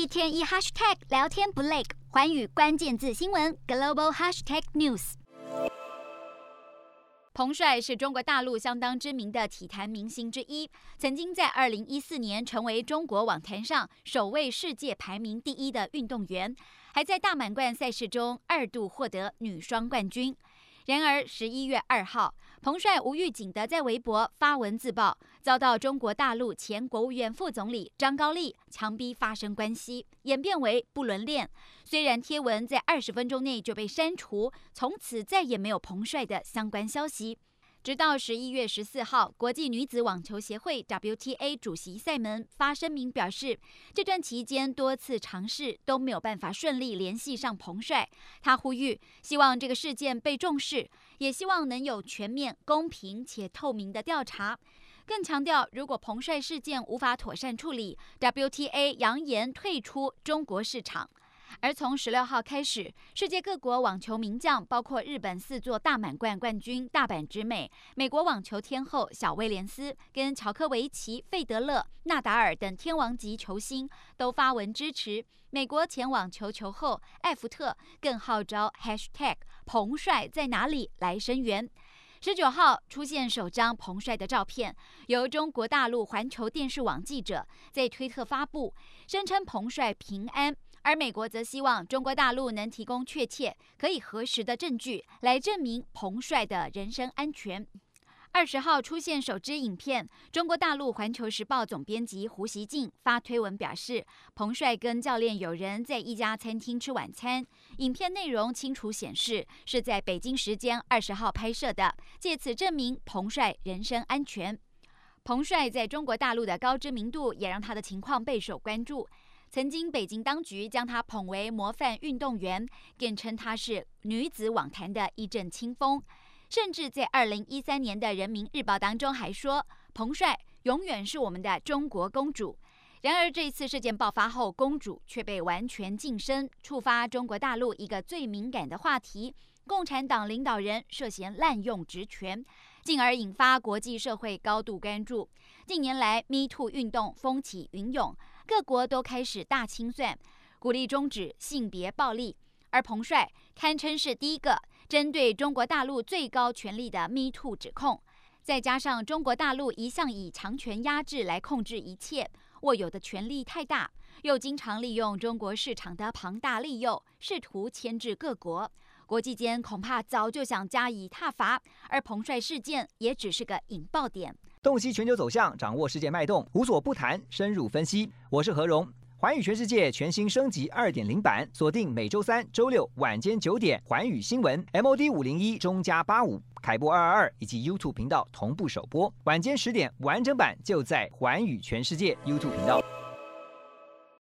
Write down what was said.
天一 hashtag 聊天不累，寰宇关键字新闻 global hashtag news。彭帅是中国大陆相当知名的体坛明星之一，曾经在2014年成为中国网坛上首位世界排名第1的运动员，还在大满贯赛事中2度获得女双冠军。然而11月2号，彭帅无预警地在微博发文自曝，遭到中国大陆前国务院副总理张高丽强逼发生关系，演变为不伦恋。虽然贴文在20分钟内就被删除，从此再也没有彭帅的相关消息。直到11月14号，国际女子网球协会 WTA 主席赛门发声明表示，这段期间多次尝试都没有办法顺利联系上彭帅。他呼吁，希望这个事件被重视，也希望能有全面、公平且透明的调查。更强调，如果彭帅事件无法妥善处理 ，WTA 扬言退出中国市场。而从16号开始，世界各国网球名将，包括日本4座大满贯冠军大阪直美、美国网球天后小威廉斯跟乔科维奇、费德勒、纳达尔等天王级球星都发文支持。美国前网球球后艾弗特更号召 hashtag 彭帅在哪里来声援。19号出现首张彭帅的照片，由中国大陆环球电视网记者在推特发布，声称彭帅平安。而美国则希望中国大陆能提供确切、可以核实的证据，来证明彭帅的人身安全。20号出现首支影片，中国大陆《环球时报》总编辑胡锡进发推文表示，彭帅跟教练友人在一家餐厅吃晚餐，影片内容清楚显示是在北京时间20号拍摄的，借此证明彭帅人身安全。彭帅在中国大陆的高知名度也让他的情况备受关注。曾经，北京当局将他捧为模范运动员，更称他是女子网坛的一阵清风。甚至在2013年的《人民日报》当中还说，彭帅永远是我们的中国公主。然而，这次事件爆发后，公主却被完全晋升，触发中国大陆一个最敏感的话题：共产党领导人涉嫌滥用职权，进而引发国际社会高度关注。近年来 ，Me Too 运动风起云涌。各国都开始大清算，鼓励终止性别暴力，而彭帅堪称是第一个针对中国大陆最高权力的 Me Too 指控。再加上中国大陆一向以强权压制来控制一切，握有的权力太大，又经常利用中国市场的庞大利诱，试图牵制各国。国际间恐怕早就想加以挞伐，而彭帅事件也只是个引爆点。 洞悉全球走向，掌握世界脉动，无所不谈，深入分析。我是何荣，寰宇全世界全新升级2.0版，锁定每周3、周6晚间9点，寰宇新闻 MOD 501中加85，凯播222以及 YouTube 频道同步首播。晚间10点完整版就在寰宇全世界 YouTube 频道。